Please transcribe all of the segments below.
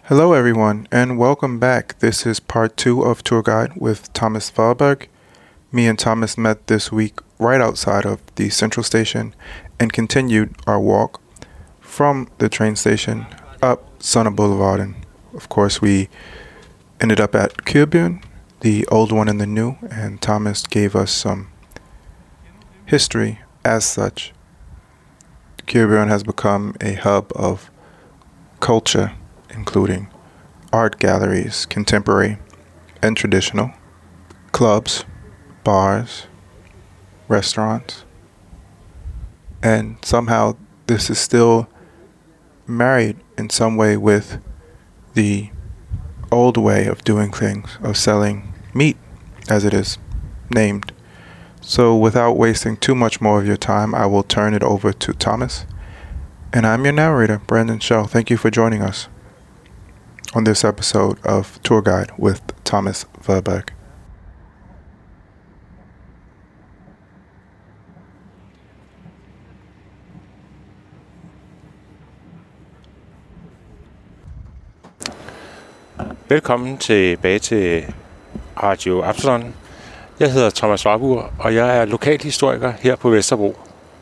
Hello, everyone, and welcome back. This is part 2 of Tour Guide with Thomas Wahlberg. Me and Thomas met this week right outside of the Central Station and continued our walk from the train station up Sunna Boulevard. And of course, we ended up at Kjörbyen, the old one and the new, and Thomas gave us some history as such. Kjörbyen has become a hub of culture, including art galleries, contemporary and traditional, clubs, bars, restaurants, and somehow this is still married in some way with the old way of doing things, of selling meat, as it is named. So without wasting too much more of your time, I will turn it over to Thomas. And I'm your narrator, Brandon Shell. Thank you for joining us on this episode of Tour Guide with Thomas Wahlberg. Velkommen tilbage til Radio Absalon. Jeg hedder Thomas Warburg, og jeg er lokalhistoriker her på Vesterbro.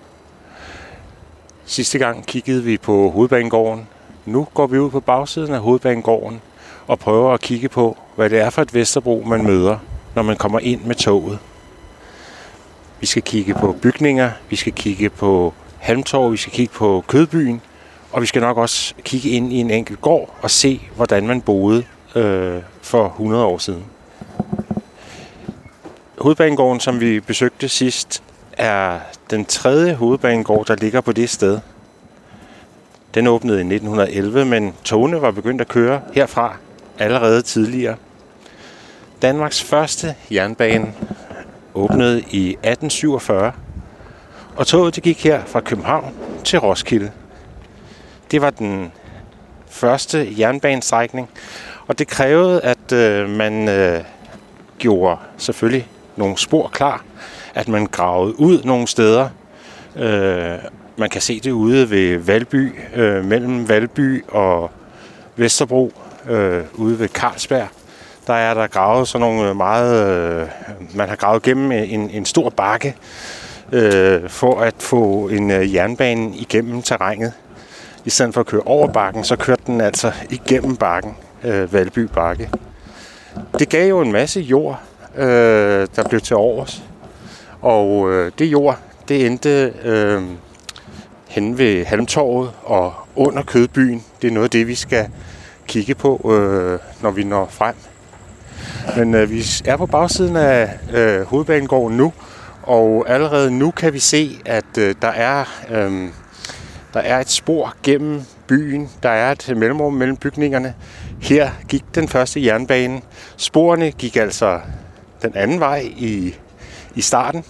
Sidste gang kiggede vi på Hovedbanegården. Nu går vi ud på bagsiden af Hovedbanegården og prøver at kigge på, hvad det er for et Vesterbro, man møder, når man kommer ind med toget. Vi skal kigge på bygninger, vi skal kigge på Halmtorv, vi skal kigge på Kødbyen, og vi skal nok også kigge ind i en enkelt gård og se, hvordan man boede for 100 år siden. Hovedbanegården, som vi besøgte sidst, er den tredje hovedbanegård, der ligger på det sted. Den åbnede i 1911, men togene var begyndt at køre herfra allerede tidligere. Danmarks første jernbane åbnede i 1847, og toget det gik her fra København til Roskilde. Det var den første jernbanestrækning, og det krævede, at man gjorde selvfølgelig nogle spor klar, at man gravede ud nogle steder. Man kan se det ude ved Valby, mellem Valby og Vesterbro, ude ved Carlsberg. Der er der gravet sådan nogle meget... man har gravet gennem en stor bakke for at få en jernbane igennem terrænet. I stedet for at køre over bakken, så kørte den altså igennem bakken, Valby Bakke. Det gav jo en masse jord, der blev til overs. Og det jord, det endte hen ved Halmtorvet og under Kødbyen. Det er noget af det, vi skal kigge på, når vi når frem. Men vi er på bagsiden af Hovedbanegården nu, og allerede nu kan vi se, at der er et spor gennem byen. Der er et mellemrum mellem bygningerne. Her gik den første jernbane. Sporene gik altså den anden vej i starten.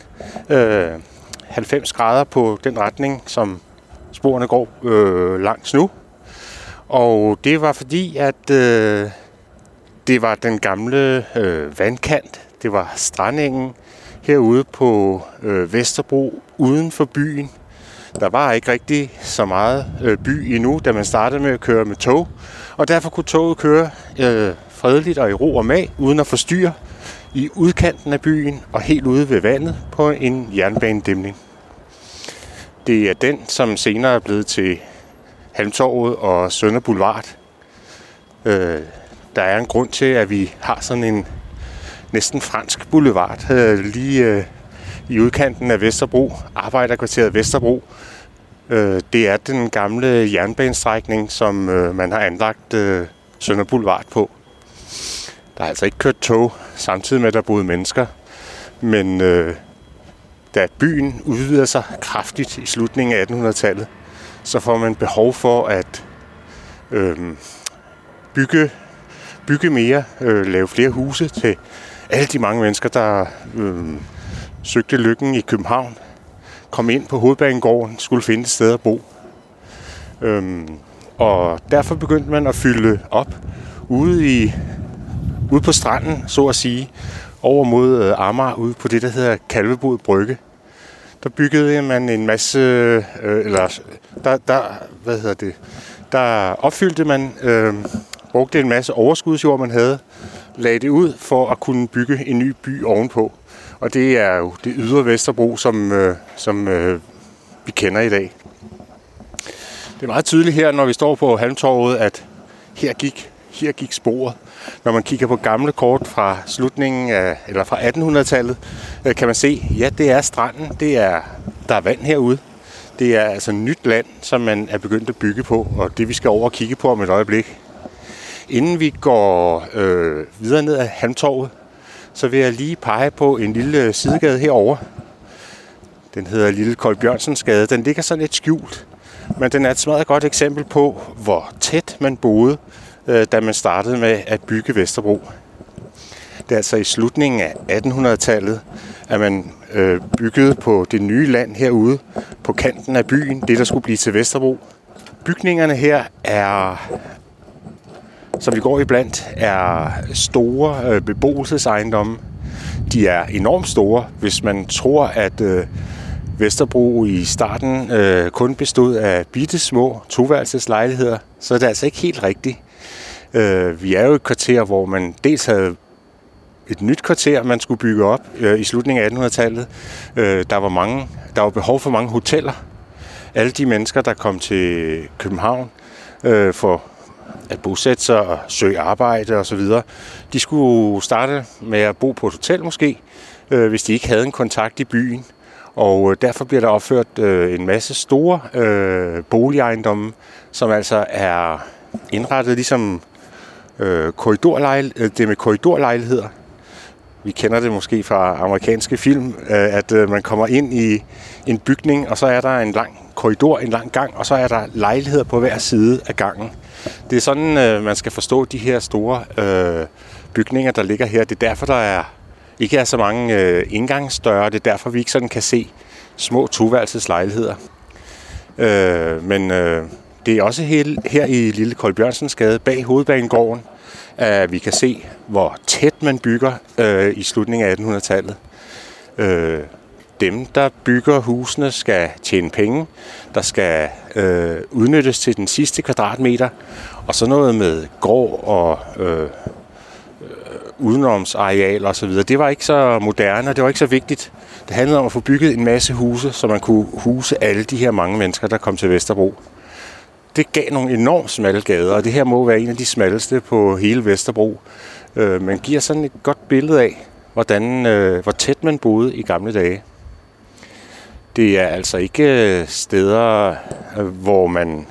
90 grader på den retning, som sporene går langs nu. Og det var fordi, at det var den gamle vandkant. Det var strandengen herude på Vesterbro uden for byen. Der var ikke rigtig så meget by endnu, da man startede med at køre med tog. Og derfor kunne toget køre fredeligt og i ro og mag, uden at forstyrre, i udkanten af byen og helt ude ved vandet på en jernbanedæmning. Det er den, som senere er blevet til Halmtorvet og Sunna Boulevard. Der er en grund til, at vi har sådan en næsten fransk boulevard lige i udkanten af Vesterbro, arbejderkvarteret Vesterbro. Det er den gamle jernbanestrækning, som man har anlagt Sunna Boulevard på. Der er altså ikke kørt tog, samtidig med, at der boede mennesker. Men da byen udvider sig kraftigt i slutningen af 1800-tallet, så får man behov for at bygge mere, lave flere huse til alle de mange mennesker, der søgte lykken i København, kom ind på Hovedbanegården, skulle finde et sted at bo. Og derfor begyndte man at fylde op ude på stranden, så at sige, over mod Amager, ude på det, der hedder Kalvebod Brygge. Der byggede man en masse, der opfyldte man brugte en masse overskudsjord, man havde, lagde det ud for at kunne bygge en ny by ovenpå. Og det er jo det ydre Vesterbro, som vi kender i dag. Det er meget tydeligt her, når vi står på Halmtorvet, at her gik sporet. Når man kigger på gamle kort fra slutningen af, eller fra 1800-tallet, kan man se, ja, det er stranden, der er vand herude. Det er altså nyt land, som man er begyndt at bygge på, og det vi skal over og kigge på om et øjeblik. Inden vi går videre ned ad Halmtorvet, så vil jeg lige pege på en lille sidegade herover. Den hedder Lille Kolbjørnsens Gade. Den ligger sådan lidt skjult, men den er et smadret godt eksempel på, hvor tæt man boede, da man startede med at bygge Vesterbro. Det er altså i slutningen af 1800-tallet, at man byggede på det nye land herude på kanten af byen, det der skulle blive til Vesterbro. Bygningerne her er, som vi går iblandt, er store beboelsesejendomme. De er enormt store, hvis man tror, at Vesterbro i starten kun bestod af bittesmå toværelseslejligheder, så er det altså ikke helt rigtigt. Vi er jo et kvarter, hvor man dels havde et nyt kvarter, man skulle bygge op i slutningen af 1800-tallet. Der var behov for mange hoteller. Alle de mennesker, der kom til København for at bosætte sig og søge arbejde osv., de skulle starte med at bo på et hotel måske, hvis de ikke havde en kontakt i byen. Og derfor bliver der opført en masse store boligejendomme, som altså er indrettet ligesom det med korridorlejligheder. Vi kender det måske fra amerikanske film, at man kommer ind i en bygning, og så er der en lang korridor, en lang gang, og så er der lejligheder på hver side af gangen. Det er sådan, man skal forstå de her store bygninger, der ligger her. Det er derfor, der ikke er så mange indgangsdøre. Det er derfor, vi ikke sådan kan se små toværelseslejligheder. Men det er også her i Lille Kolbjørnsens Gade, bag Hovedbanegården, at vi kan se, hvor tæt man bygger i slutningen af 1800-tallet. Dem, der bygger husene, skal tjene penge. Der skal udnyttes til den sidste kvadratmeter. Og så noget med gård og udenomsareal og så videre. Det var ikke så moderne, og det var ikke så vigtigt. Det handlede om at få bygget en masse huse, så man kunne huse alle de her mange mennesker, der kom til Vesterbro. Det gav nogle enormt smalle gader, og det her må være en af de smalleste på hele Vesterbro. Man giver sådan et godt billede af, hvor tæt man boede i gamle dage. Det er altså ikke steder, hvor man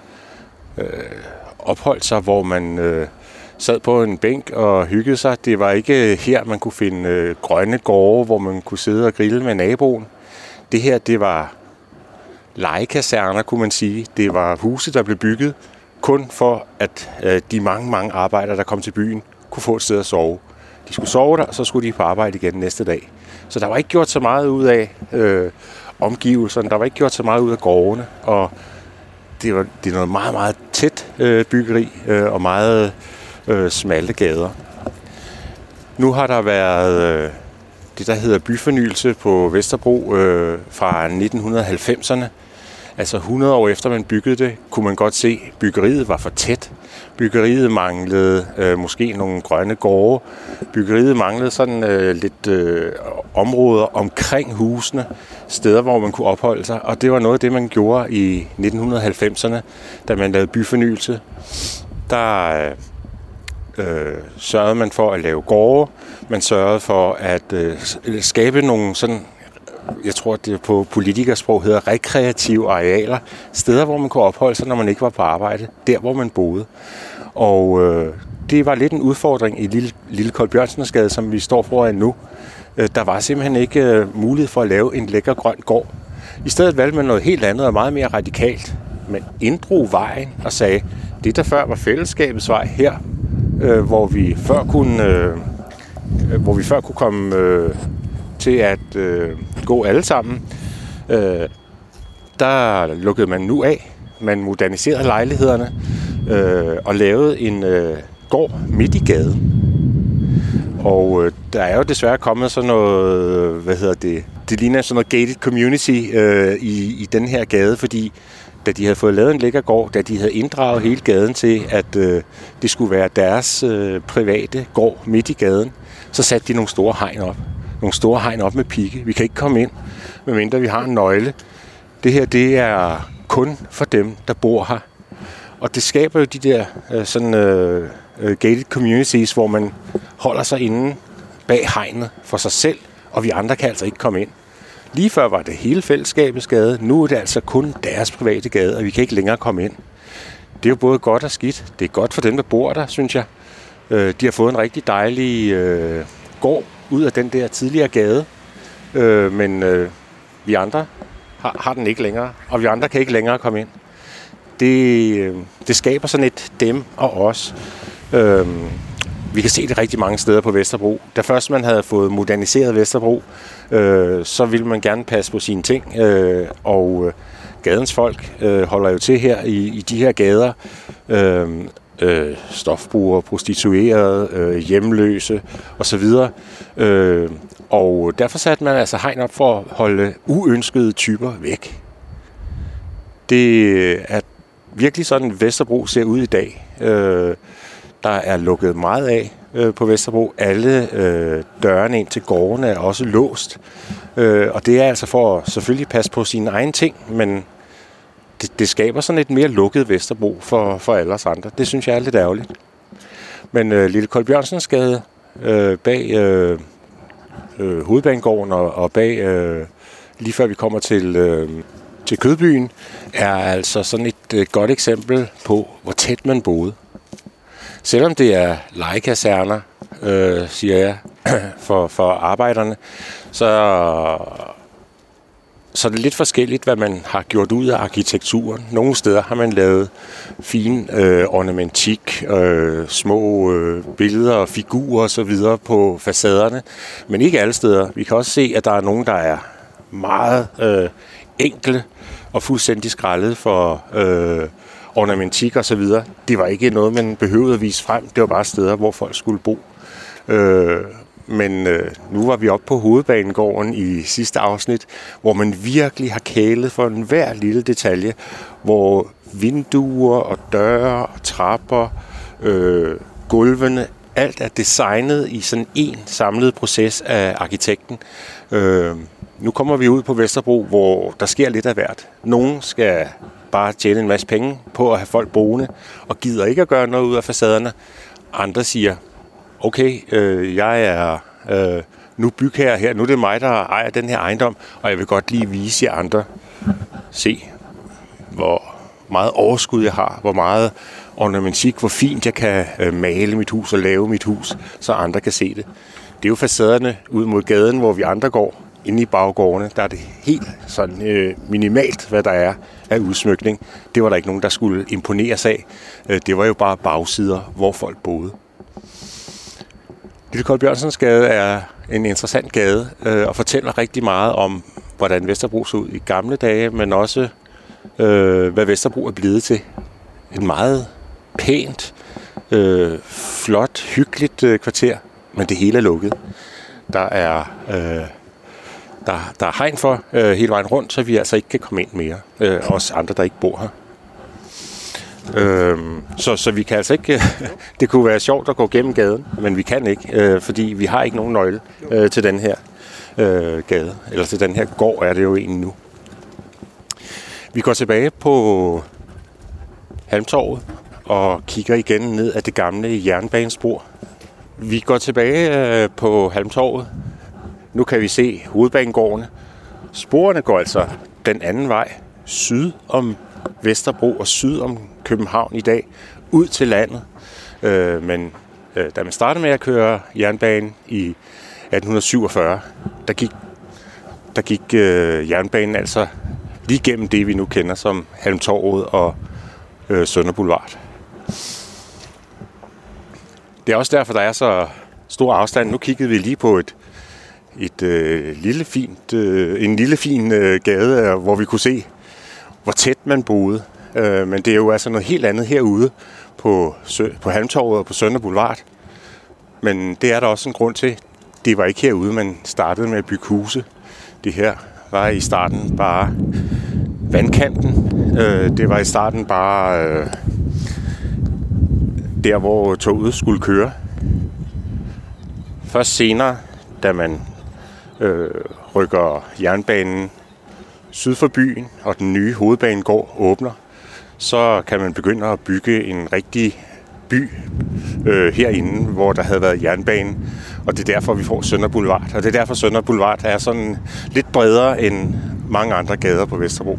opholdt sig, hvor man sad på en bænk og hyggede sig. Det var ikke her, man kunne finde grønne gårde, hvor man kunne sidde og grille med naboen. Det her, det var legekaserner, kunne man sige. Det var huse, der blev bygget kun for, at de mange arbejdere, der kom til byen, kunne få et sted at sove. De skulle sove der, og så skulle de på arbejde igen næste dag. Så der var ikke gjort så meget ud af omgivelserne. Der var ikke gjort så meget ud af gårdene. Og det er noget meget, meget tæt byggeri og meget smalle gader. Nu har der været det, der hedder byfornyelse på Vesterbro fra 1990'erne. Altså 100 år efter man byggede det, kunne man godt se, at byggeriet var for tæt. Byggeriet manglede måske nogle grønne gårde. Byggeriet manglede sådan lidt områder omkring husene, steder, hvor man kunne opholde sig. Og det var noget af det, man gjorde i 1990'erne, da man lavede byfornyelse. Der sørgede man for at lave gårde. Man sørgede for at skabe nogle sådan, jeg tror, det på politikersprog hedder rekreative arealer. Steder, hvor man kunne opholde sig, når man ikke var på arbejde. Der, hvor man boede. Og det var lidt en udfordring i Lille Kolbjørnsens Gade, som vi står foran nu. Der var simpelthen ikke mulighed for at lave en lækker grøn gård. I stedet valgte man noget helt andet og meget mere radikalt. Man inddrog vejen og sagde, det der før var fællesskabets vej her, hvor vi før kunne komme til at gå alle sammen, der lukkede man nu af. Man moderniserede lejlighederne og lavede en gård midt i gaden. Og der er jo desværre kommet sådan noget, det ligner sådan noget gated community i den her gade, fordi da de havde fået lavet en lækker gård, da de havde inddraget hele gaden til, at det skulle være deres private gård midt i gaden, så satte de nogle store hegn op. Nogle store hegn op med pigge. Vi kan ikke komme ind, medmindre vi har en nøgle. Det her, det er kun for dem, der bor her. Og det skaber jo de der gated communities, hvor man holder sig inde bag hegnet for sig selv, og vi andre kan altså ikke komme ind. Lige før var det hele fællesskabets gade, nu er det altså kun deres private gade, og vi kan ikke længere komme ind. Det er jo både godt og skidt. Det er godt for dem, der bor der, synes jeg. De har fået en rigtig dejlig gård ud af den der tidligere gade, men vi andre har den ikke længere, og vi andre kan ikke længere komme ind. Det skaber sådan et dem og os. Vi kan se det rigtig mange steder på Vesterbro. Da først man havde fået moderniseret Vesterbro, så ville man gerne passe på sine ting, og gadens folk holder jo til her i de her gader. Stofbrugere, prostituerede, hjemløse osv. Og derfor satte man altså hegn op for at holde uønskede typer væk. Det er virkelig sådan, Vesterbro ser ud i dag. Der er lukket meget af på Vesterbro. Alle dørene ind til gårdene er også låst. Og det er altså for at selvfølgelig passe på sine egne ting, men det skaber sådan et mere lukket Vesterbro for alle os andre. Det synes jeg er lidt ærgerligt. Men Lille Kolbjørnsens Gade bag Hovedbanegården og bag lige før vi kommer til Kødbyen, er altså sådan et godt eksempel på, hvor tæt man boede. Selvom det er legekaserner, siger jeg, for arbejderne, så er det lidt forskelligt, hvad man har gjort ud af arkitekturen. Nogle steder har man lavet fin ornamentik, små billeder og figurer osv. på facaderne, men ikke alle steder. Vi kan også se, at der er nogen, der er meget enkle og fuldstændig skrællet for ornamentik osv. Det var ikke noget, man behøvede at vise frem. Det var bare steder, hvor folk skulle bo. Men nu var vi oppe på Hovedbanegården i sidste afsnit, hvor man virkelig har kælet for enhver lille detalje, hvor vinduer og døre og trapper, gulvene, alt er designet i sådan en samlet proces af arkitekten. Nu kommer vi ud på Vesterbro, hvor der sker lidt af hvert. Nogen skal bare tjene en masse penge på at have folk boende, og gider ikke at gøre noget ud af facaderne. Andre siger, okay, jeg er nu bygherre her, nu er det mig, der ejer den her ejendom, og jeg vil godt lige vise jer andre. Se, hvor meget overskud jeg har, hvor meget ornamentik, hvor fint jeg kan male mit hus og lave mit hus, så andre kan se det. Det er jo facaderne ud mod gaden, hvor vi andre går. Inde i baggårdene, der er det helt sådan minimalt, hvad der er af udsmykning. Det var der ikke nogen, der skulle imponeres af. Det var jo bare bagsider, hvor folk boede. Lille Kolbjørnsens Gade er en interessant gade og fortæller rigtig meget om, hvordan Vesterbro så ud i gamle dage, men også, hvad Vesterbro er blevet til. En meget pænt, flot, hyggeligt kvarter, men det hele er lukket. Der er hegn for hele vejen rundt, så vi altså ikke kan komme ind mere. Os andre, der ikke bor her. Så vi kan altså ikke... det kunne være sjovt at gå gennem gaden, men vi kan ikke, fordi vi har ikke nogen nøgle til den her gade. Eller til den her gård er det jo egentlig nu. Vi går tilbage på Halmtorvet og kigger igen ned ad det gamle jernbanespor. Vi går tilbage på Halmtorvet. Nu kan vi se Hovedbanegårdene. Sporene går altså den anden vej, syd om Vesterbro og syd om København i dag, ud til landet. Men da man startede med at køre jernbanen i 1847, der gik jernbanen altså lige gennem det, vi nu kender som Halmtorvet og Sønder Boulevard. Det er også derfor, der er så stor afstand. Nu kiggede vi lige på en lille fin gade, hvor vi kunne se, hvor tæt man boede. Men det er jo altså noget helt andet herude på Halmtorvet og på Sønder Boulevard. Men det er der også en grund til. det var ikke herude, man startede med at bygge huse. Det her var i starten bare vandkanten. Det var i starten bare der, hvor toget skulle køre. Først senere, da man rykker jernbanen syd for byen, og den nye hovedbanegård åbner, så kan man begynde at bygge en rigtig by herinde, hvor der havde været jernbane. Og det er derfor, vi får Sønder Boulevard. Og det er derfor, Sønder Boulevard er sådan lidt bredere end mange andre gader på Vesterbro.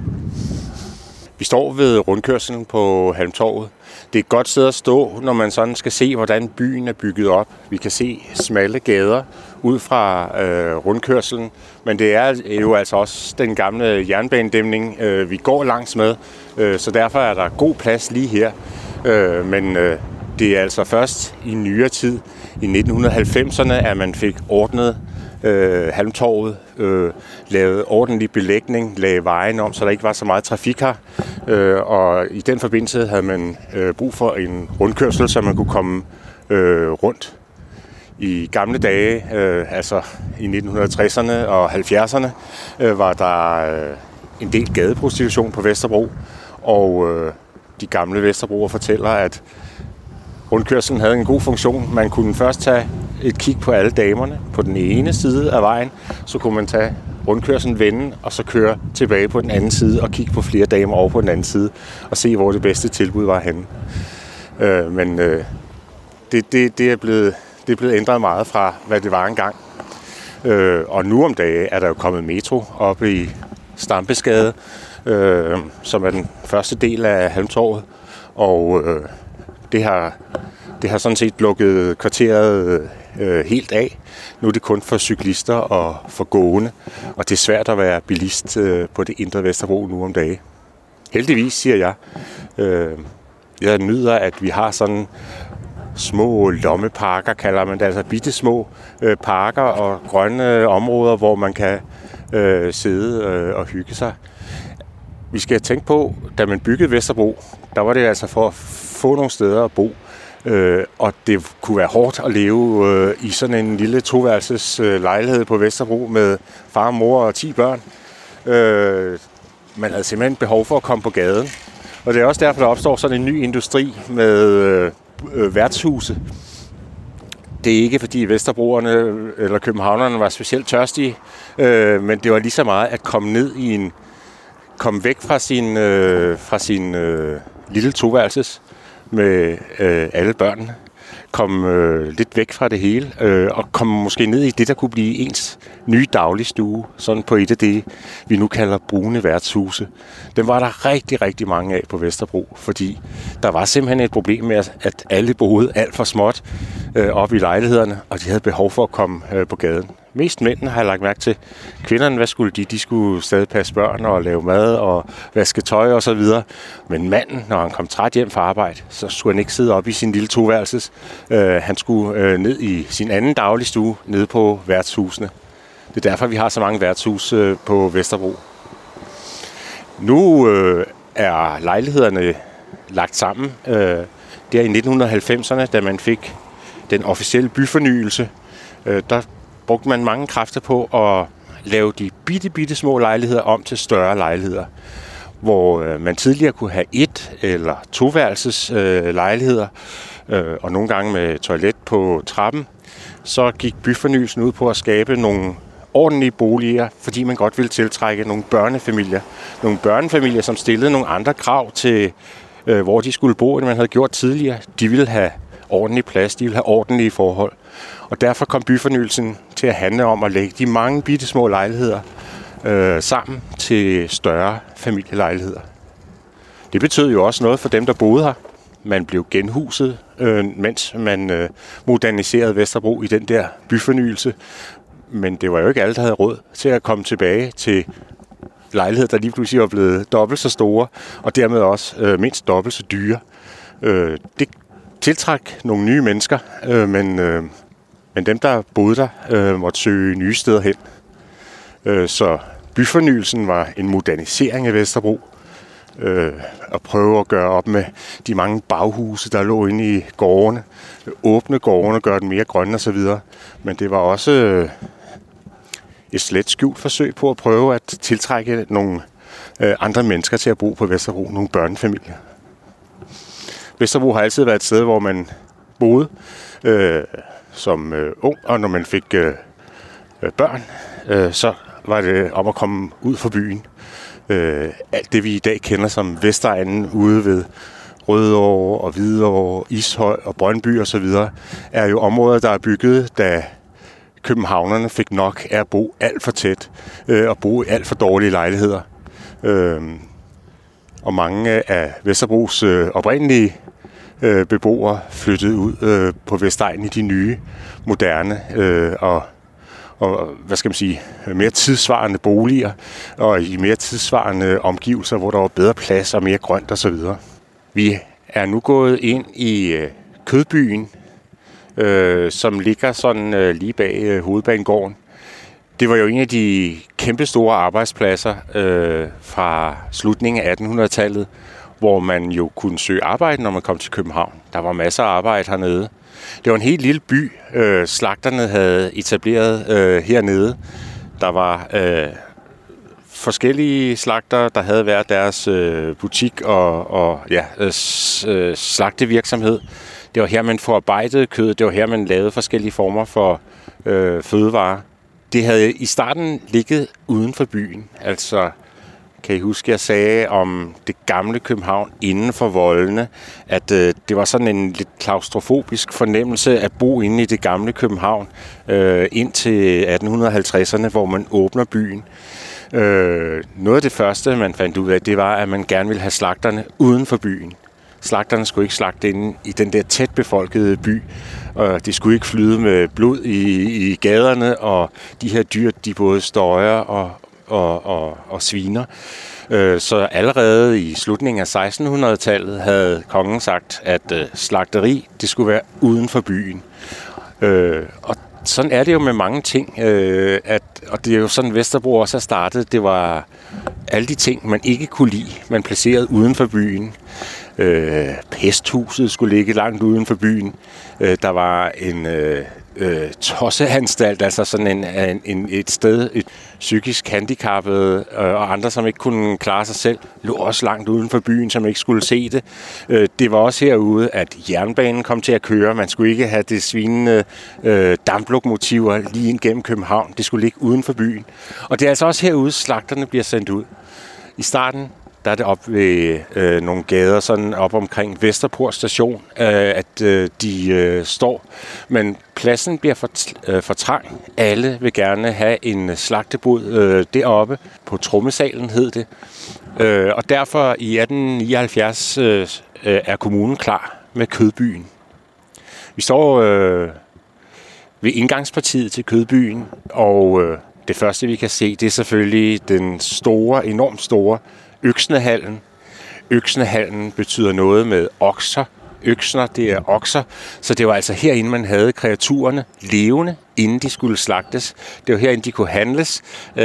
Vi står ved rundkørslen på Halmtorvet. Det er et godt sted at stå, når man sådan skal se, hvordan byen er bygget op. Vi kan se smalle gader ud fra rundkørslen, men det er jo altså også den gamle jernbanedæmning, vi går langs med, så derfor er der god plads lige her. Men det er altså først i nyere tid, i 1990'erne, at man fik ordnet Halmtorvet, lavet ordentlig belægning, lagde vejen om, så der ikke var så meget trafik her. Og i den forbindelse havde man brug for en rundkørsel, så man kunne komme rundt. I gamle dage, altså i 1960'erne og 70'erne, var der en del gadeprostitution på Vesterbro, og de gamle Vesterbroer fortæller, at rundkørslen havde en god funktion. Man kunne først tage et kig på alle damerne på den ene side af vejen, så kunne man tage rundkørslen, vende, og så køre tilbage på den anden side og kigge på flere damer over på den anden side og se, hvor det bedste tilbud var henne. Men det er blevet ændret meget fra, hvad det var engang. Og nu om dagen er der jo kommet metro oppe i Stampesgade, som er den første del af Halmtorvet, og det har sådan set lukket kvarteret helt af. Nu er det kun for cyklister og for gående, og det er svært at være bilist på det indre Vesterbro nu om dagen. Heldigvis, siger jeg. Jeg nyder, at vi har sådan små lommeparker, kalder man det, altså bitte små parker og grønne områder, hvor man kan sidde og hygge sig. Vi skal tænke på, da man byggede Vesterbro, der var det altså for at få nogle steder at bo. Og det kunne være hårdt at leve i sådan en lille toværelses lejlighed på Vesterbro med far, mor og 10 børn. Man havde simpelthen behov for at komme på gaden. Og det er også derfor, der opstår sådan en ny industri med værtshuse. Det er ikke, fordi Vesterbroerne eller københavnerne var specielt tørstige, men det var lige så meget at komme væk fra sin lille toværelses med alle børnene. Komme lidt væk fra det hele, og komme måske ned i det, der kunne blive ens nye dagligstue, sådan på et af det, vi nu kalder brune værtshuse. Dem var der rigtig, rigtig mange af på Vesterbro, fordi der var simpelthen et problem med, at alle boede alt for småt op i lejlighederne, og de havde behov for at komme på gaden. Mest mændene har jeg lagt mærke til. Kvinderne, hvad skulle de? De skulle stadig passe børn og lave mad og vaske tøj og så videre. Men manden, når han kom træt hjem fra arbejde, så skulle han ikke sidde op i sin lille toværelses. Han skulle ned i sin anden dagligstue, nede på værtshusene. Det er derfor, vi har så mange værtshus på Vesterbro. Nu er lejlighederne lagt sammen. Der i 1990'erne, da man fik den officielle byfornyelse, der brugte man mange kræfter på at lave de bitte små lejligheder om til større lejligheder. Hvor man tidligere kunne have 1- eller 2-værelses lejligheder, og nogle gange med toilet på trappen, så gik byfornyelsen ud på at skabe nogle ordentlige boliger, fordi man godt ville tiltrække nogle børnefamilier. Nogle børnefamilier, som stillede nogle andre krav til, hvor de skulle bo, end man havde gjort tidligere. De ville have ordentlig plads, de ville have ordentlige forhold. Og derfor kom byfornyelsen til at handle om at lægge de mange bitte små lejligheder sammen til større familielejligheder. Det betød jo også noget for dem, der boede her. Man blev genhuset, mens man moderniserede Vesterbro i den der byfornyelse. Men det var jo ikke alle, der havde råd til at komme tilbage til lejligheder, der lige pludselig var blevet dobbelt så store, og dermed også mindst dobbelt så dyre. Det tiltræk nogle nye mennesker, men dem, der boede der, måtte søge nye steder hen. Så byfornyelsen var en modernisering af Vesterbro. at prøve at gøre op med de mange baghuse, der lå inde i gårdene. Åbne gårdene og gøre dem mere grønne osv. Men det var også et slet skjult forsøg på at prøve at tiltrække nogle andre mennesker til at bo på Vesterbro, nogle børnefamilier. Vesterbro har altid været et sted, hvor man boede som ung, og når man fik børn, så var det om at komme ud fra byen. Alt det, vi i dag kender som Vestegnen ude ved Rødovre og Hvidovre, Ishøj og Brøndby osv., er jo områder, der er bygget, da københavnerne fik nok af at bo alt for tæt og bo i alt for dårlige lejligheder. Og mange af Vesterbros oprindelige beboere flyttede ud på Vestegnen i de nye, moderne og hvad skal man sige, mere tidsvarende boliger og i mere tidsvarende omgivelser, hvor der var bedre plads og mere grønt osv. Vi er nu gået ind i Kødbyen, som ligger sådan lige bag Hovedbanegården. Det var jo en af de kæmpe store arbejdspladser fra slutningen af 1800-tallet, hvor man jo kunne søge arbejde, når man kom til København. Der var masser af arbejde hernede. Det var en helt lille by, slagterne havde etableret hernede. Der var forskellige slagter, der havde været deres butik og slagtevirksomhed. Det var her, man forarbejdede kød. Det var her, man lavede forskellige former for fødevarer. Det havde i starten ligget uden for byen. Altså, kan I huske, jeg sagde om det gamle København inden for voldene, at det var sådan en lidt klaustrofobisk fornemmelse at bo inde i det gamle København indtil 1850'erne, hvor man åbner byen. Noget af det første, man fandt ud af, det var, at man gerne ville have slagterne uden for byen. Slagterne skulle ikke slagte inde i den der tæt befolkede by, og de skulle ikke flyde med blod i gaderne, og de her dyr, de både støjer og sviner. Så allerede i slutningen af 1600-tallet havde kongen sagt, at slagteri, det skulle være uden for byen. Og sådan er det jo med mange ting, og det er jo sådan, Vesterbro også har startet. Det var alle de ting, man ikke kunne lide, man placerede uden for byen. Pesthuset skulle ligge langt uden for byen. Der var en tosseanstalt, altså sådan et sted, et psykisk handicappede og andre, som ikke kunne klare sig selv, lå også langt uden for byen, som ikke skulle se det. Det var også herude, at jernbanen kom til at køre. Man skulle ikke have det svinende damplokomotiver lige ind gennem København. Det skulle ligge uden for byen. Og det er altså også herude, slagterne bliver sendt ud. I starten, der er det op ved nogle gader, sådan op omkring Vesterport station, at de står. Men pladsen bliver for trang. Alle vil gerne have en slagtebod deroppe. På Trommesalen hed det. Og derfor i 1879 er kommunen klar med Kødbyen. Vi står ved indgangspartiet til Kødbyen, og det første vi kan se, det er selvfølgelig den store, enormt store Øksnehallen. Øksnehallen betyder noget med okser. Øksner, det er okser. Så det var altså herinde, man havde kreaturerne levende, inden de skulle slagtes. Det var herinde, de kunne handles.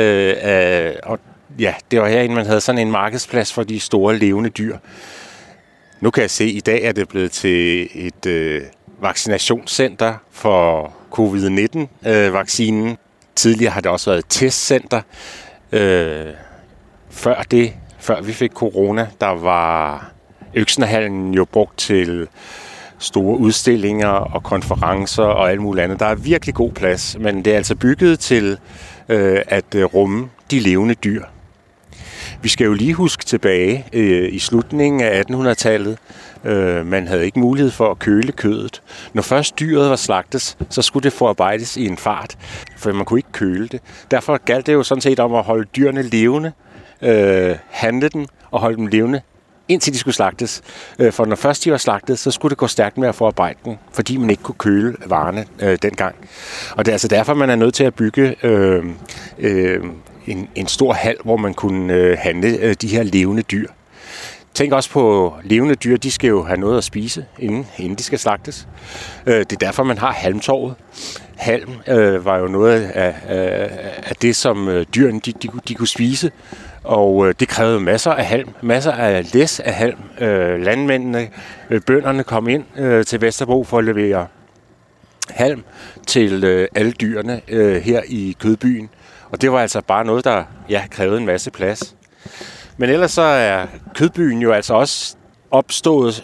Og ja, det var herinde, man havde sådan en markedsplads for de store levende dyr. Nu kan jeg se, at i dag er det blevet til et vaccinationscenter for covid-19-vaccinen. Tidligere har det også været et testcenter. Før vi fik corona, der var Øksnehallen jo brugt til store udstillinger og konferencer og alt muligt andet. Der er virkelig god plads, men det er altså bygget til at rumme de levende dyr. Vi skal jo lige huske tilbage i slutningen af 1800-tallet. Man havde ikke mulighed for at køle kødet. Når først dyret var slagtes, så skulle det forarbejdes i en fart, for man kunne ikke køle det. Derfor galt det jo sådan set om at holde dyrene levende, handle dem og holde dem levende, indtil de skulle slagtes. For når først de var slagtet, så skulle det gå stærkt med at forarbejde dem, fordi man ikke kunne køle varerne dengang. Og det er altså derfor, man er nødt til at bygge en stor hal, hvor man kunne handle de her levende dyr. Tænk også på levende dyr, de skal jo have noget at spise, inden de skal slagtes. Det er derfor, man har halmtorvet. Halm var jo noget af det, som dyrene de kunne spise. Og det krævede masser af halm, masser af læs af halm. Landmændene, bønderne kom ind til Vesterbro for at levere halm til alle dyrene her i kødbyen. Og det var altså bare noget, der krævede en masse plads. Men ellers så er kødbyen jo altså også opstået,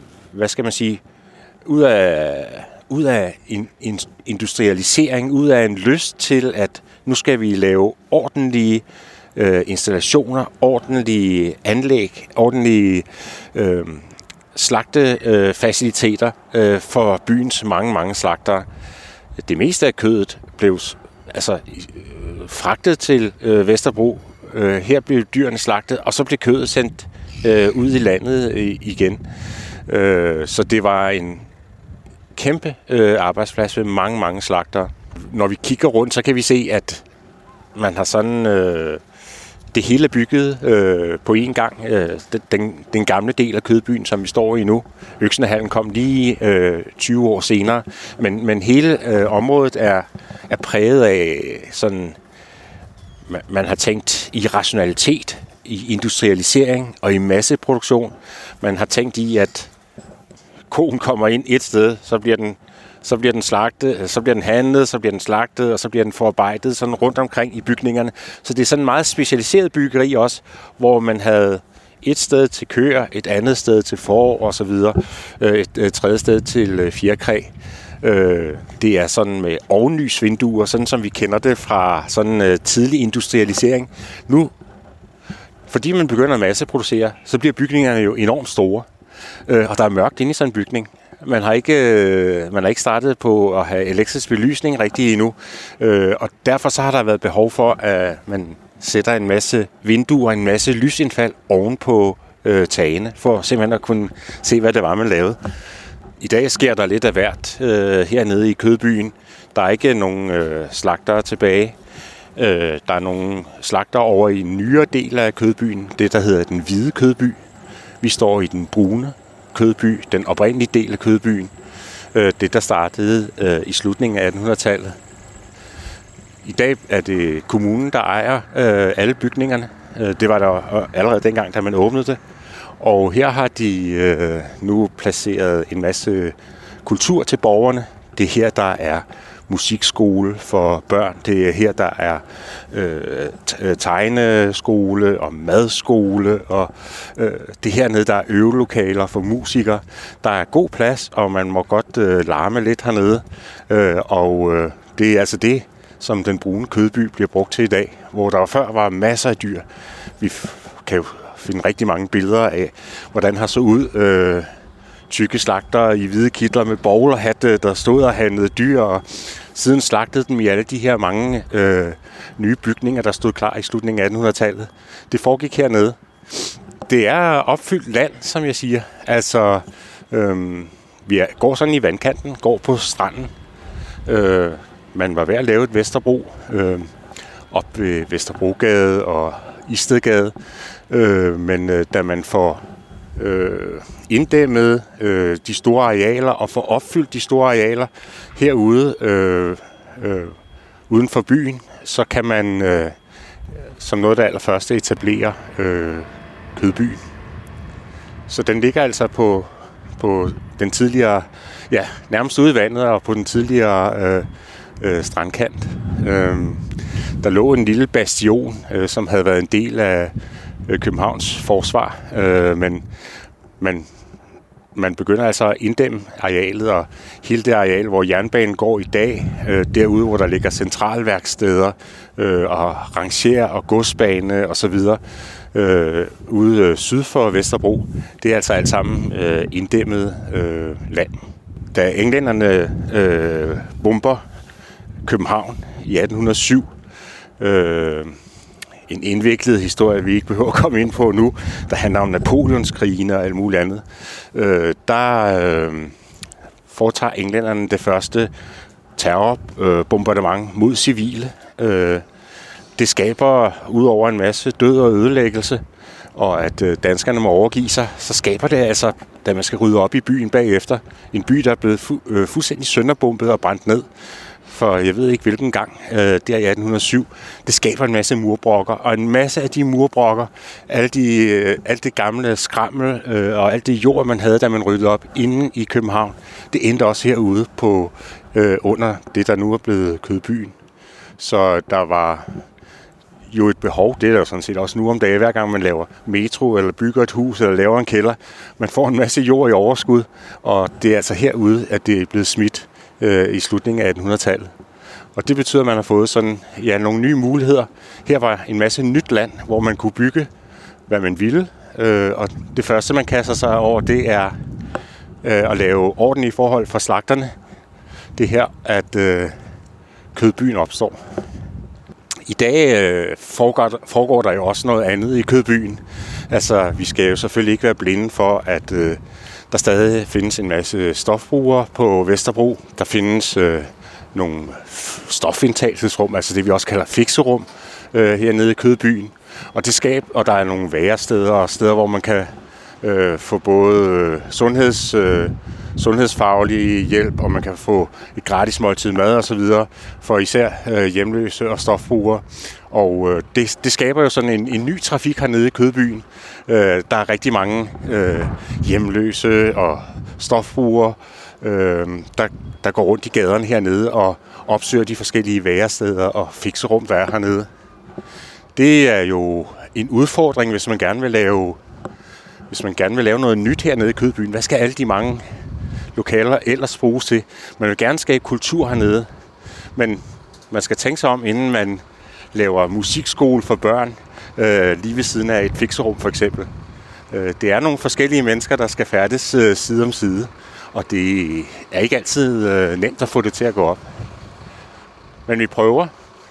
ud af en industrialisering, ud af en lyst til, at nu skal vi lave ordentlige installationer, ordentlige anlæg, ordentlige slagtefaciliteter for byens mange slagtere. Det meste af kødet blev fragtet til Vesterbro. Her blev dyrene slagtet, og så blev kødet sendt ud i landet igen. Så det var en kæmpe arbejdsplads med mange slagtere. Når vi kigger rundt, så kan vi se, at man har sådan det hele bygget på én gang. Den gamle del af kødbyen, som vi står i nu. Øksenhallen kom lige 20 år senere. Men hele området er præget af sådan... Man har tænkt i rationalitet, i industrialisering og i masseproduktion. Man har tænkt i, at koen kommer ind et sted, så bliver den slagtet, så bliver den handlet, så bliver den slagtet, og så bliver den forarbejdet sådan rundt omkring i bygningerne. Så det er sådan en meget specialiseret byggeri også, hvor man havde et sted til køer, et andet sted til får og så videre, et tredje sted til fjerkræ. Det er sådan med ovenlysvinduer, sådan som vi kender det fra sådan tidlig industrialisering. Nu, fordi man begynder at masseproducere, så bliver bygningerne jo enormt store. Og der er mørkt inde i sådan en bygning. Man har ikke startet på at have elektrisk belysning rigtig endnu. Og derfor så har der været behov for, at man sætter en masse vinduer, en masse lysindfald oven på tagene, for simpelthen at kunne se, hvad det var, man lavede. I dag sker der lidt af hvert hernede i kødbyen. Der er ikke nogen slagtere tilbage. Der er nogle slagtere over i en nyere del af kødbyen, det der hedder den hvide kødby. Vi står i den brune kødby, den oprindelige del af kødbyen. Det, der startede i slutningen af 1800-tallet. I dag er det kommunen, der ejer alle bygningerne. Det var der allerede dengang, da man åbnede det. Og her har de nu placeret en masse kultur til borgerne. Det er her, der er musikskole for børn. Det er her, der er tegneskole og madskole. Og det hernede, der er øvelokaler for musikere. Der er god plads, og man må godt larme lidt hernede. Det er altså det, som den brune kødby bliver brugt til i dag. Hvor der før var masser af dyr. Vi kan jo finde rigtig mange billeder af, hvordan har så ud tykke slagtere i hvide kitler med bowlerhatte, der stod og handlede dyr, og siden slagtede dem i alle de her mange nye bygninger, der stod klar i slutningen af 1800-tallet. Det foregik hernede. Det er opfyldt land, som jeg siger. Altså, vi går sådan i vandkanten, går på stranden. Man var ved at lave et Vesterbro op ved Vesterbrogade og Istedgade. Men da man får inddæmmet de store arealer og får opfyldt de store arealer herude uden for byen, så kan man som noget af det allerførste etablere kødbyen. Så den ligger altså på den tidligere, nærmest ude i vandet og på den tidligere strandkant. Der lå en lille bastion, som havde været en del af Københavns forsvar, men man begynder altså at inddæmme arealet, og hele det areal, hvor jernbanen går i dag, derude, hvor der ligger centralværksteder og rangerer og godsbane osv., ude syd for Vesterbro, det er altså alt sammen inddæmmet land. Da englænderne bomber København i 1807, en indviklet historie, vi ikke behøver at komme ind på nu, der handler om Napoleonskrigene og alt muligt andet. Der foretager englænderne det første terrorbombardement mod civile. Det skaber, udover en masse død og ødelæggelse, og at danskerne må overgive sig, så skaber det altså, da man skal rydde op i byen bagefter, en by, der er blevet fuldstændig sønderbombet og brændt ned. for jeg ved ikke hvilken gang, der i 1807, det skaber en masse murbrokker, og en masse af de murbrokker, alt det gamle skrammel og alt det jord, man havde, da man ryddede op inde i København, det endte også herude på under det, der nu er blevet Kødbyen. Så der var jo et behov, det er der jo sådan set også nu om dagen, hver gang man laver metro, eller bygger et hus, eller laver en kælder. Man får en masse jord i overskud, og det er altså herude, at det er blevet smidt i slutningen af 1800-tallet. Og det betyder, at man har fået sådan, nogle nye muligheder. Her var en masse nyt land, hvor man kunne bygge, hvad man ville. Og det første, man kaster sig over, det er at lave ordentlige forhold for slagterne. Det er her, at Kødbyen opstår. I dag foregår der jo også noget andet i Kødbyen. Altså, vi skal jo selvfølgelig ikke være blinde for, at der stadig findes en masse stofbrugere på Vesterbro. Der findes nogle stofindtagelsesrum, altså det vi også kalder fikserum, hernede i Kødbyen. Og der er nogle væresteder og steder, hvor man kan få både sundhedsfaglig hjælp, og man kan få et gratis måltid mad og så videre for især hjemløse og stofbrugere. Og det skaber jo sådan en ny trafik hernede i Kødbyen. Der er rigtig mange hjemløse og stofbrugere, der går rundt i gaderne hernede og opsøger de forskellige væresteder og fikserum, der er hernede. Det er jo en udfordring, hvis man gerne vil lave noget nyt hernede i Kødbyen. Hvad skal alle de mange lokaler ellers bruges til? Man vil gerne skabe kultur hernede, men man skal tænke sig om, inden man laver musikskole for børn, lige ved siden af et fikserum for eksempel. Det er nogle forskellige mennesker, der skal færdes side om side, og det er ikke altid nemt at få det til at gå op. Men vi prøver.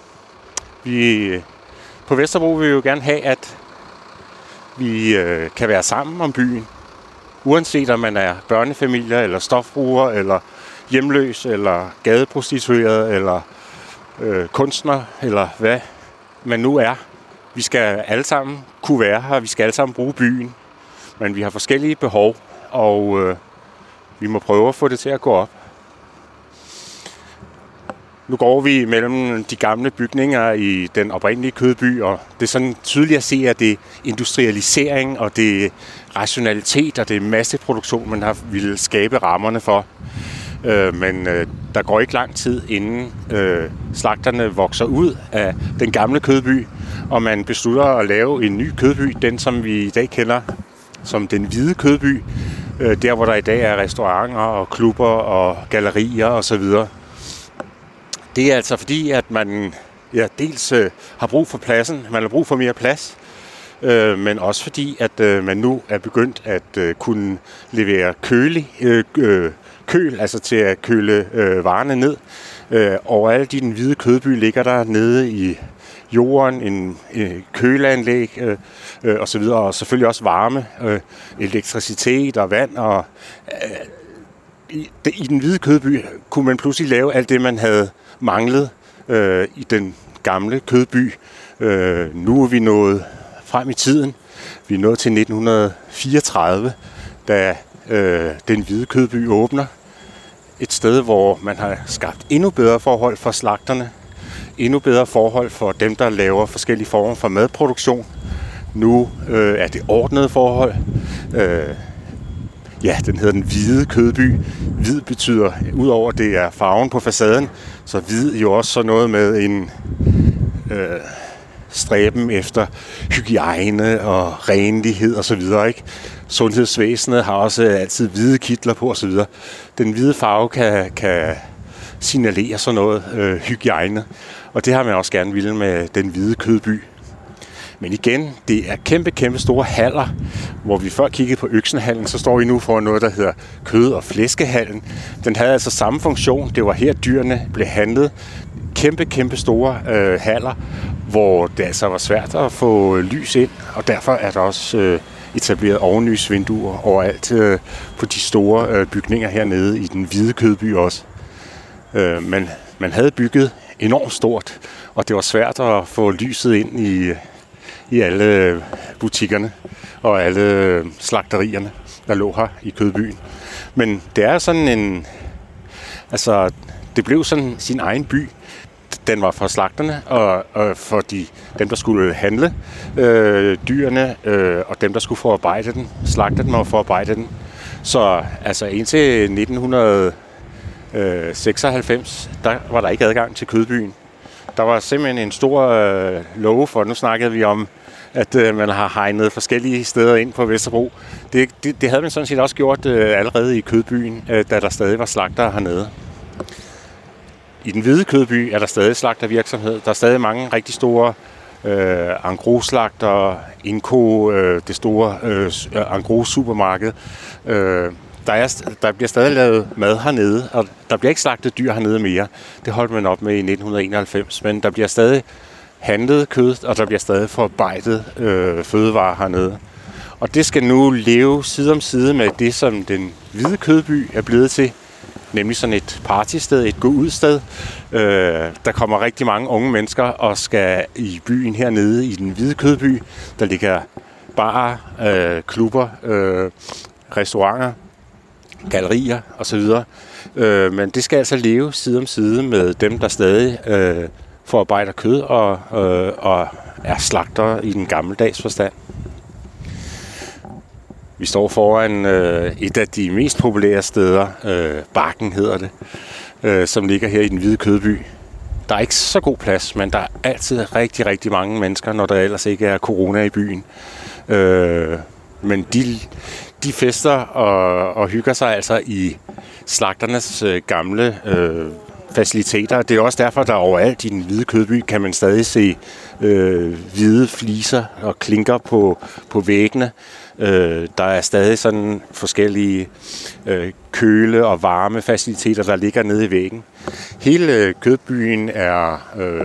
På Vesterbro vil vi jo gerne have, at vi kan være sammen om byen. Uanset om man er børnefamilier, eller stofbruger, eller hjemløs, eller gadeprostitueret, eller kunstner, eller hvad man nu er. Vi skal alle sammen kunne være her, vi skal alle sammen bruge byen. Men vi har forskellige behov, og vi må prøve at få det til at gå op. Nu går vi mellem de gamle bygninger i den oprindelige Kødby, og det er sådan tydeligt at se, at det er industrialisering, og det er rationalitet, og det er masseproduktion, man har ville skabe rammerne for. Men der går ikke lang tid, inden slagterne vokser ud af den gamle Kødby, og man beslutter at lave en ny Kødby, den som vi i dag kender som den hvide Kødby, der hvor der i dag er restauranter og klubber og gallerier osv. Det er altså fordi, at man dels har brug for pladsen, man har brug for mere plads, men også fordi, at man nu er begyndt at kunne levere køl, altså til at køle varerne ned. Overalt i den hvide Kødby ligger der nede i jorden en køleanlæg og så videre, og selvfølgelig også varme, elektricitet og vand. Og i den hvide Kødby kunne man pludselig lave alt det, man havde manglet i den gamle Kødby. Nu er vi nået frem i tiden. Vi er nået til 1934, da den hvide Kødby åbner. Et sted, hvor man har skabt endnu bedre forhold for slagterne, endnu bedre forhold for dem, der laver forskellige former for madproduktion. Nu er det ordnede forhold. Den hedder den hvide Kødby. Hvid betyder, udover det er farven på facaden, så hvid jo også så noget med en stræben efter hygiejne og renlighed og så videre, ikke? Sundhedsvæsenet har også altid hvide kitler på og så videre. Den hvide farve kan signalere sådan noget hygiejne, og det har man også gerne ville med den hvide Kødby. Men igen, det er kæmpe store haller. Hvor vi før kiggede på Øksenhallen, så står vi nu for noget, der hedder kød- og flæskehallen. Den havde altså samme funktion. Det var her, dyrene blev handlet. Kæmpe store haller, hvor det altså var svært at få lys ind. Og derfor er der også etableret ovenlysvinduer overalt på de store bygninger hernede i den hvide Kødby også. Men man havde bygget enormt stort, og det var svært at få lyset ind i alle butikkerne og alle slagterierne, der lå her i Kødbyen. Men det er sådan det det blev sådan sin egen by. Den var for slagterne og for dem, der skulle handle dyrene, og dem, der skulle forarbejde den. Slagte den og forarbejde den. Så altså indtil 1996, der var der ikke adgang til kødbyen. Der var simpelthen en stor love for, nu snakkede vi om, at man har hegnet forskellige steder ind på Vesterbro. Det havde man sådan set også gjort allerede i kødbyen, da der stadig var slagtere hernede. I den hvide kødby er der stadig slagtervirksomhed. Der er stadig mange rigtig store engros-slagter, Inco, det store engros-supermarked. Der bliver stadig lavet mad hernede, og der bliver ikke slagtet dyr hernede mere. Det holdt man op med i 1991, men der bliver stadig handlet kød, og der bliver stadig forarbejdet fødevarer hernede. Og det skal nu leve side om side med det, som den hvide kødby er blevet til, nemlig sådan et partysted, et gå-ud-sted. Der kommer rigtig mange unge mennesker og skal i byen hernede i den hvide kødby. Der ligger barer, klubber, restauranter, gallerier osv. Men det skal altså leve side om side med dem, der stadig forarbejder kød og er slagtere i den gammeldags forstand. Vi står foran et af de mest populære steder, Bakken hedder det, som ligger her i den hvide kødby. Der er ikke så god plads, men der er altid rigtig, rigtig mange mennesker, når der ellers ikke er corona i byen. Men de fester og hygger sig altså i slagternes gamle faciliteter. Det er også derfor, der overalt i den hvide kødby kan man stadig se hvide fliser og klinker på væggene. Der er stadig sådan forskellige køle- og varmefaciliteter, der ligger nede i væggen. Hele kødbyen er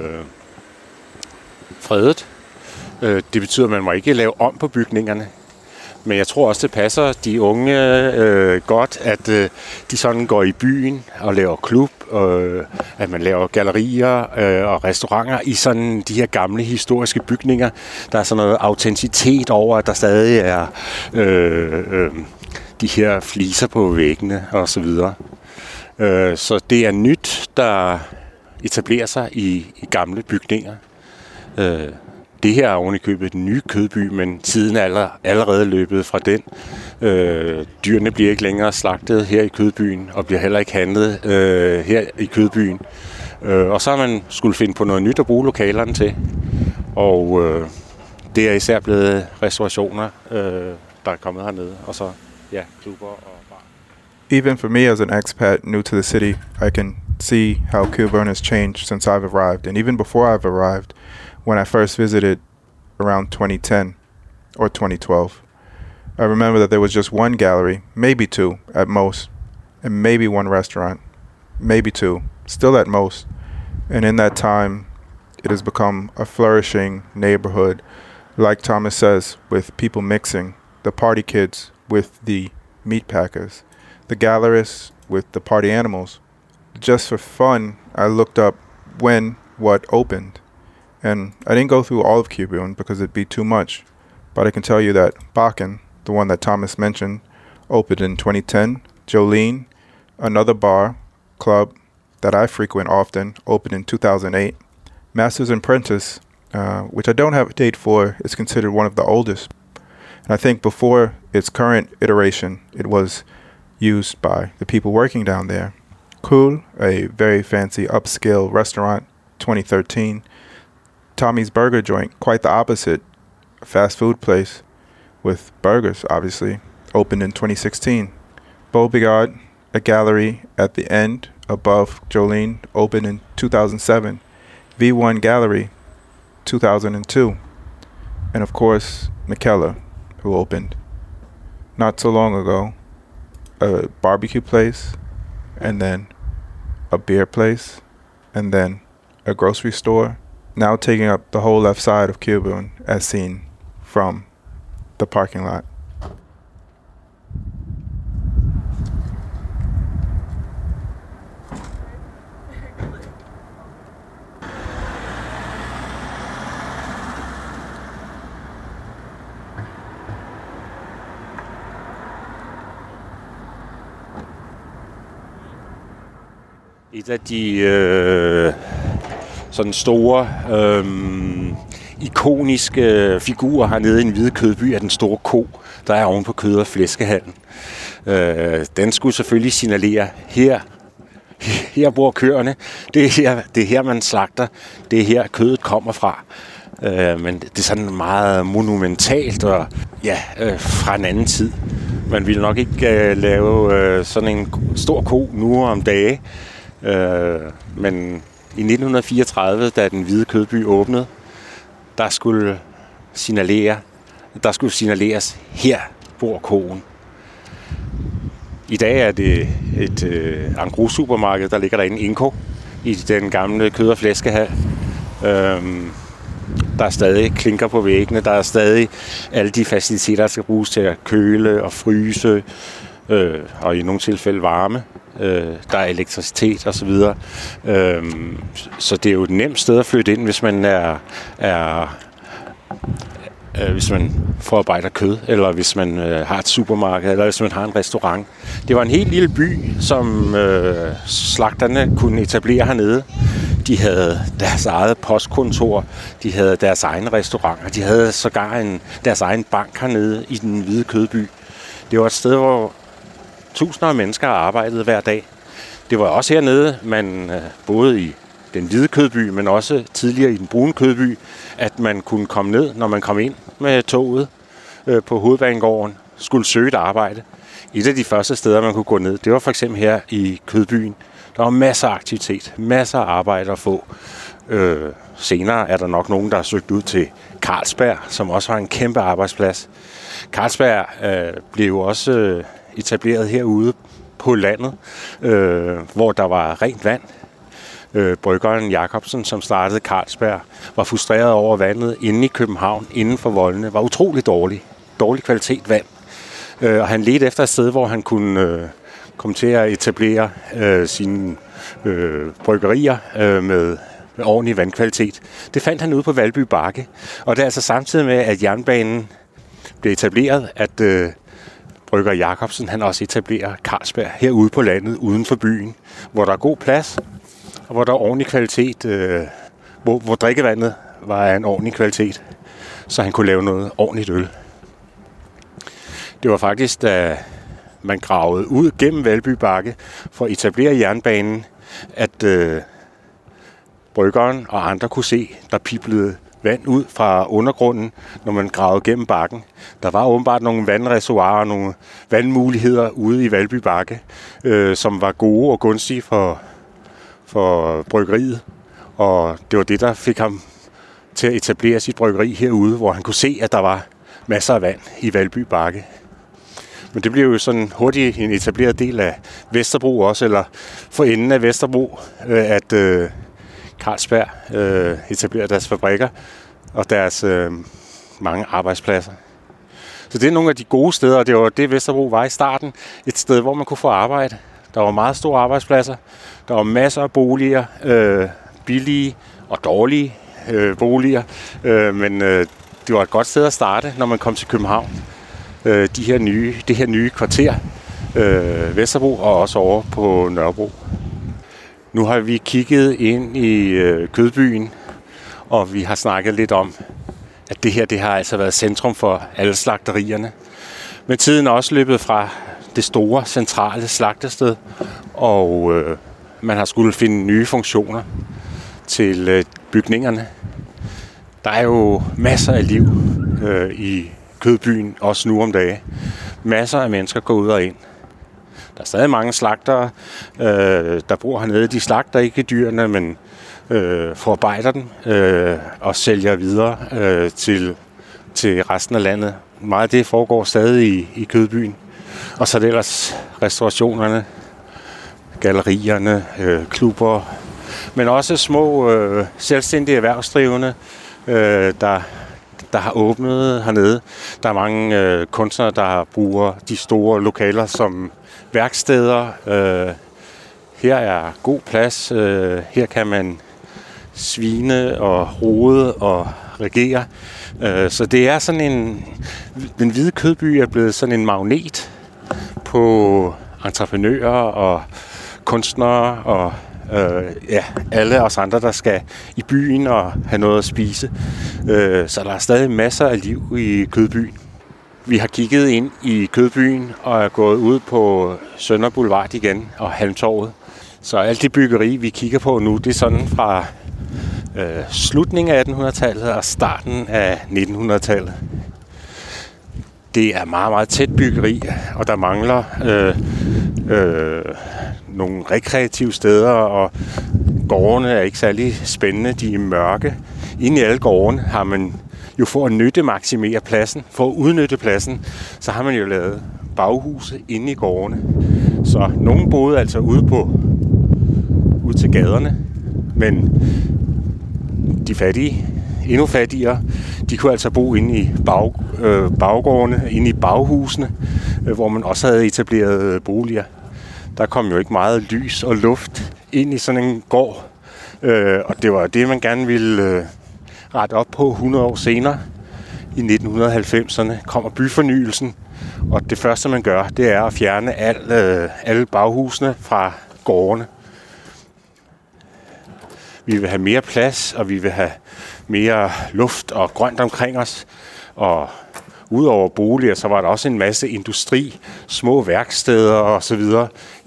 fredet. Det betyder, at man må ikke lave om på bygningerne. Men jeg tror også, det passer de unge godt, at de sådan går i byen og laver klub, at man laver gallerier og restauranter i sådan de her gamle historiske bygninger. Der er sådan noget autenticitet over, at der stadig er de her fliser på væggene og så videre. Så det er nyt, der etablerer sig i gamle bygninger. Det her er ovenikøbet den nye kødby, men tiden er allerede løbet fra den. Dyrene bliver ikke længere slagtet her i kødbyen, og bliver heller ikke handlet her i kødbyen. Og så har man skulle finde på noget nyt at bruge lokalerne til. Og det er især blevet restaurationer, der er kommet hernede, og så klubber og bar. Even for me as an expat new to the city, I can see how Kilburn has changed since I've arrived. And even before I've arrived, when I first visited around 2010 or 2012, I remember that there was just one gallery, maybe two at most, and maybe one restaurant, maybe two, still at most. And in that time, it has become a flourishing neighborhood, like Thomas says, with people mixing, the party kids with the meat packers, the gallerists with the party animals. Just for fun, I looked up when what opened. And I didn't go through all of Kilburn because it'd be too much. But I can tell you that Bakken, the one that Thomas mentioned, opened in 2010. Jolene, another bar, club that I frequent often, opened in 2008. Masters and Prentice, which I don't have a date for, is considered one of the oldest. And I think before its current iteration, it was used by the people working down there. Cool, a very fancy upscale restaurant, 2013. Tommy's Burger Joint, quite the opposite, a fast food place with burgers, obviously, opened in 2016. Beauregard, a gallery at the end above Jolene, opened in 2007. V1 Gallery, 2002. And of course, McKellar, who opened not so long ago, a barbecue place, and then a beer place, and then a grocery store, now taking up the whole left side of Kilburn as seen from the parking lot. Et af de sådan store ikoniske figurer hernede i en Hvide Kødby er den store ko, der er oven på kød- og flæskehallen. Den skulle selvfølgelig signalere, her bor køerne, det er her man slagter, det er her kødet kommer fra. Men det er sådan meget monumentalt og fra en anden tid. Man ville nok ikke lave sådan en stor ko nu om dage. Men i 1934, da den Hvide Kødby åbnede, der skulle signaleres, her bor koen. I dag er det et engros-supermarked, der ligger derinde, Inko, i den gamle kød- og flæskehal. Der er stadig klinker på væggene, der er stadig alle de faciliteter, der skal bruges til at køle og fryse, og i nogle tilfælde varme. Der er elektricitet osv. Så det er jo et nemt sted at flytte ind, hvis man hvis man forarbejder kød, eller hvis man har et supermarked, eller hvis man har en restaurant. Det var en helt lille by, som slagterne kunne etablere hernede. De havde deres eget postkontor, de havde deres egne restauranter, de havde sågar deres egen bank hernede i den Hvide Kødby. Det var et sted, hvor tusinder af mennesker arbejdede hver dag. Det var også hernede, man både i den Hvide Kødby, men også tidligere i den Brune Kødby, at man kunne komme ned, når man kom ind med toget på Hovedbanegården, skulle søge et arbejde. Et af de første steder, man kunne gå ned, det var for eksempel her i Kødbyen. Der var masser af aktivitet, masser af arbejde at få. Senere er der nok nogen, der har søgt ud til Carlsberg, som også var en kæmpe arbejdsplads. Carlsberg blev jo også etableret herude på landet, hvor der var rent vand. Bryggeren Jacobsen, som startede Carlsberg, var frustreret over vandet inde i København, inden for voldene. Var utrolig dårlig kvalitet vand. Og han ledte efter et sted, hvor han kunne komme til at etablere sine bryggerier med ordentlig vandkvalitet. Det fandt han ude på Valby Bakke. Og det er altså samtidig med, at jernbanen blev etableret, at brygger Jacobsen han også etablerer Carlsberg herude på landet, uden for byen, hvor der er god plads, og hvor der er ordentlig kvalitet, hvor drikkevandet var af en ordentlig kvalitet, så han kunne lave noget ordentligt øl. Det var faktisk, da man gravede ud gennem Valby Bakke for at etablere jernbanen, at bryggeren og andre kunne se, der piblede vand ud fra undergrunden, når man gravede gennem bakken. Der var åbenbart nogle vandreservoirer, nogle vandmuligheder ude i Valby Bakke, som var gode og gunstige for bryggeriet. Og det var det, der fik ham til at etablere sit bryggeri herude, hvor han kunne se, at der var masser af vand i Valby Bakke. Men det blev jo sådan hurtigt en etableret del af Vesterbro også, eller for enden af Vesterbro, at Carlsberg etablerer deres fabrikker og deres mange arbejdspladser. Så det er nogle af de gode steder, og det var det, Vesterbro var i starten. Et sted, hvor man kunne få arbejde. Der var meget store arbejdspladser. Der var masser af boliger, billige og dårlige boliger. Men det var et godt sted at starte, når man kom til København. Det her nye kvarter, Vesterbro og også over på Nørrebro. Nu har vi kigget ind i Kødbyen, og vi har snakket lidt om, at det har altså været centrum for alle slagterierne. Men tiden er også løbet fra det store, centrale slagtersted, og man har skulle finde nye funktioner til bygningerne. Der er jo masser af liv i Kødbyen, også nu om dage. Masser af mennesker går ud og ind. Der er stadig mange slagtere, der bor hernede. De slagter ikke dyrene, men forarbejder dem og sælger videre til resten af landet. Meget af det foregår stadig i Kødbyen. Og så er det ellers restaurationerne, gallerierne, klubber, men også små selvstændige erhvervsdrivende, der har åbnet hernede. Der er mange kunstnere, der bruger de store lokaler som værksteder. Her er god plads. Her kan man svine og rode og regere. Så det er sådan den Hvide Kødby er blevet sådan en magnet på entreprenører og kunstnere og alle os andre, der skal i byen og have noget at spise. Så der er stadig masser af liv i Kødbyen. Vi har kigget ind i Kødbyen og er gået ud på Sønder Boulevard igen og Halmtorvet. Så alt det byggeri, vi kigger på nu, det er sådan fra slutningen af 1800-tallet og starten af 1900-tallet. Det er meget, meget tæt byggeri, og der mangler nogle rekreative steder, og gårdene er ikke særlig spændende, de er mørke. Inde i alle gårdene har man jo for at nyttemaksimere pladsen, for at udnytte pladsen, så har man jo lavet baghuse inde i gårdene. Så nogen boede altså ude til gaderne, men de fattige, endnu fattigere, de kunne altså bo inde i baggårdene, inde i baghusene, hvor man også havde etableret boliger. Der kom jo ikke meget lys og luft ind i sådan en gård, og det var det, man gerne ville rette op på 100 år senere. I 1990'erne kommer byfornyelsen, og det første, man gør, det er at fjerne alle baghusene fra gårdene. Vi vil have mere plads, og vi vil have mere luft og grønt omkring os. Og udover boliger, så var der også en masse industri, små værksteder og så videre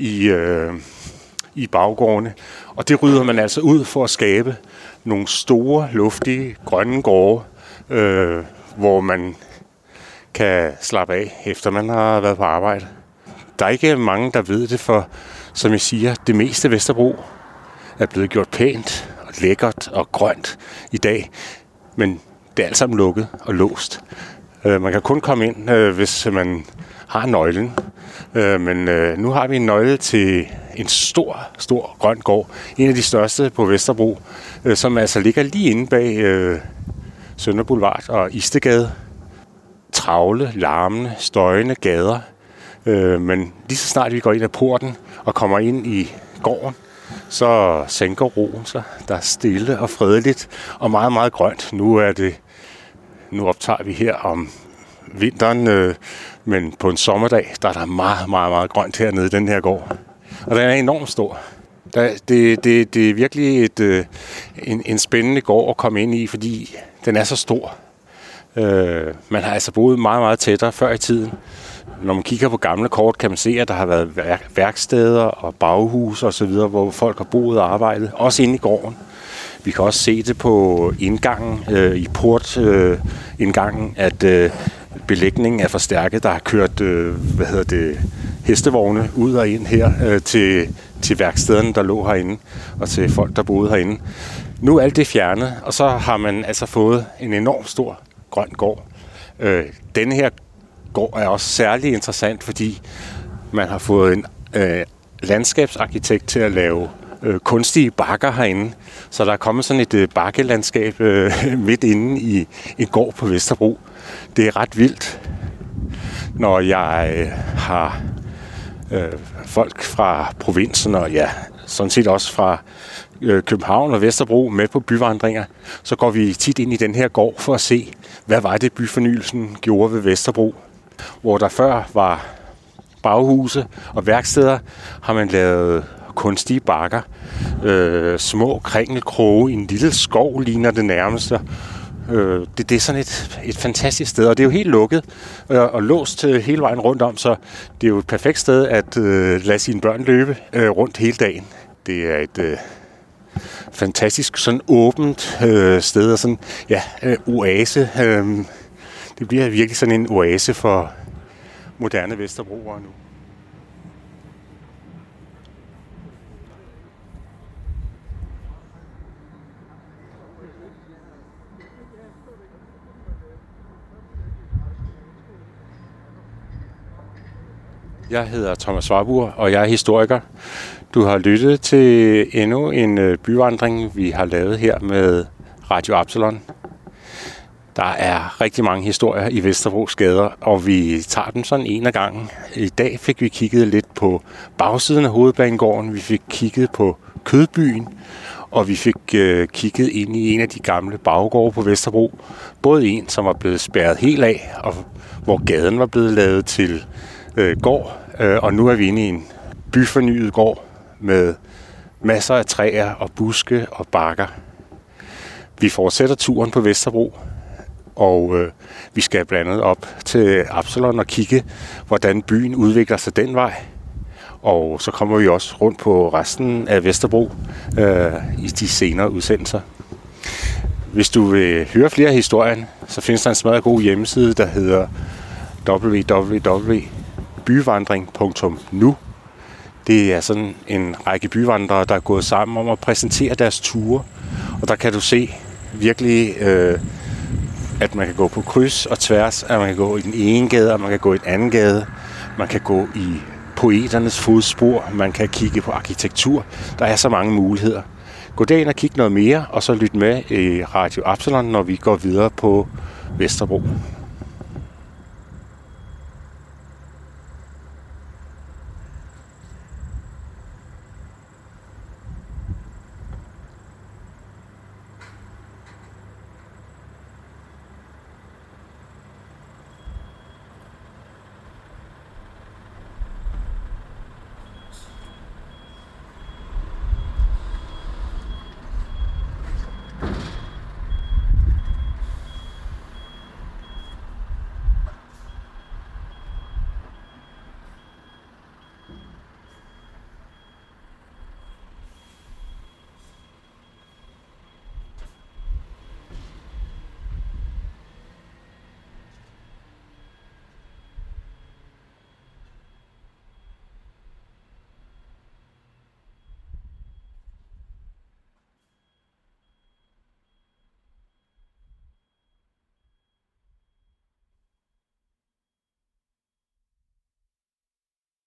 i baggårdene. Og det rydder man altså ud for at skabe nogle store, luftige, grønne gårde, hvor man kan slappe af, efter man har været på arbejde. Der er ikke mange, der ved det, for som jeg siger, det meste Vesterbro er blevet gjort pænt og lækkert og grønt i dag, men det er alt sammen lukket og låst. Man kan kun komme ind, hvis man har nøglen, men nu har vi en nøgle til en stor grøn gård, en af de største på Vesterbro, som altså ligger lige inde bag Sønder Boulevard og Istegade. Travle, larmende, støjende gader, men lige så snart vi går ind ad porten og kommer ind i gården, så sænker roen sig. Der er stille og fredeligt og meget, meget grønt. Nu optager vi her om vinteren, men på en sommerdag, der er der meget, meget, meget grønt hernede i den her gård. Og den er enormt stor. Det er virkelig en spændende gård at komme ind i, fordi den er så stor. Man har altså boet meget, meget tættere før i tiden. Når man kigger på gamle kort, kan man se, at der har været værksteder og baghus og så videre, hvor folk har boet og arbejdet, også inde i gården. Vi kan også se det på indgangen, i portindgangen, at belægningen er forstærket. Der har kørt hestevogne ud og ind her til værkstederne, der lå herinde, og til folk, der boede herinde. Nu er alt det fjernet, og så har man altså fået en enormt stor grøn gård. Denne her gård er også særlig interessant, fordi man har fået en landskabsarkitekt til at lave kunstige bakker herinde. Så der er kommet sådan et bakkelandskab midt inde i en gård på Vesterbro. Det er ret vildt, når jeg har folk fra provinsen og sådan set også fra København og Vesterbro med på byvandringer, så går vi tit ind i den her gård for at se, hvad var det byfornyelsen gjorde ved Vesterbro. Hvor der før var baghuse og værksteder, har man lavet kunstige bakker. Små kringelkroge i en lille skov ligner det nærmeste. Det er sådan et fantastisk sted, og det er jo helt lukket og låst hele vejen rundt om, så det er jo et perfekt sted at lade sine børn løbe rundt hele dagen. Det er et fantastisk sådan åbent sted og sådan oase. Det bliver virkelig sådan en oase for moderne Vesterbroere nu. Jeg hedder Thomas Warburg, og jeg er historiker. Du har lyttet til endnu en byvandring, vi har lavet her med Radio Absalon. Der er rigtig mange historier i Vesterbros gader, og vi tager dem sådan en af gangen. I dag fik vi kigget lidt på bagsiden af Hovedbanegården, vi fik kigget på Kødbyen, og vi fik kigget ind i en af de gamle baggårde på Vesterbro. Både en, som var blevet spærret helt af, og hvor gaden var blevet lavet til gård, og nu er vi inde i en byfornyet gård med Masser af træer og buske og bakker. Vi fortsætter turen på Vesterbro, og vi skal blandt andet op til Absalon og kigge, hvordan byen udvikler sig den vej. Og så kommer vi også rundt på resten af Vesterbro i de senere udsendelser. Hvis du vil høre flere af historien, så findes der en smadret god hjemmeside, der hedder www.byvandring.nu. Det er sådan en række byvandrere, der er gået sammen om at præsentere deres ture. Og der kan du se virkelig, at man kan gå på kryds og tværs, at man kan gå i den ene gade, og man kan gå i den anden gade. Man kan gå i poeternes fodspor, man kan kigge på arkitektur. Der er så mange muligheder. Gå derind og kig noget mere, og så lyt med i Radio Absalon, når vi går videre på Vesterbro.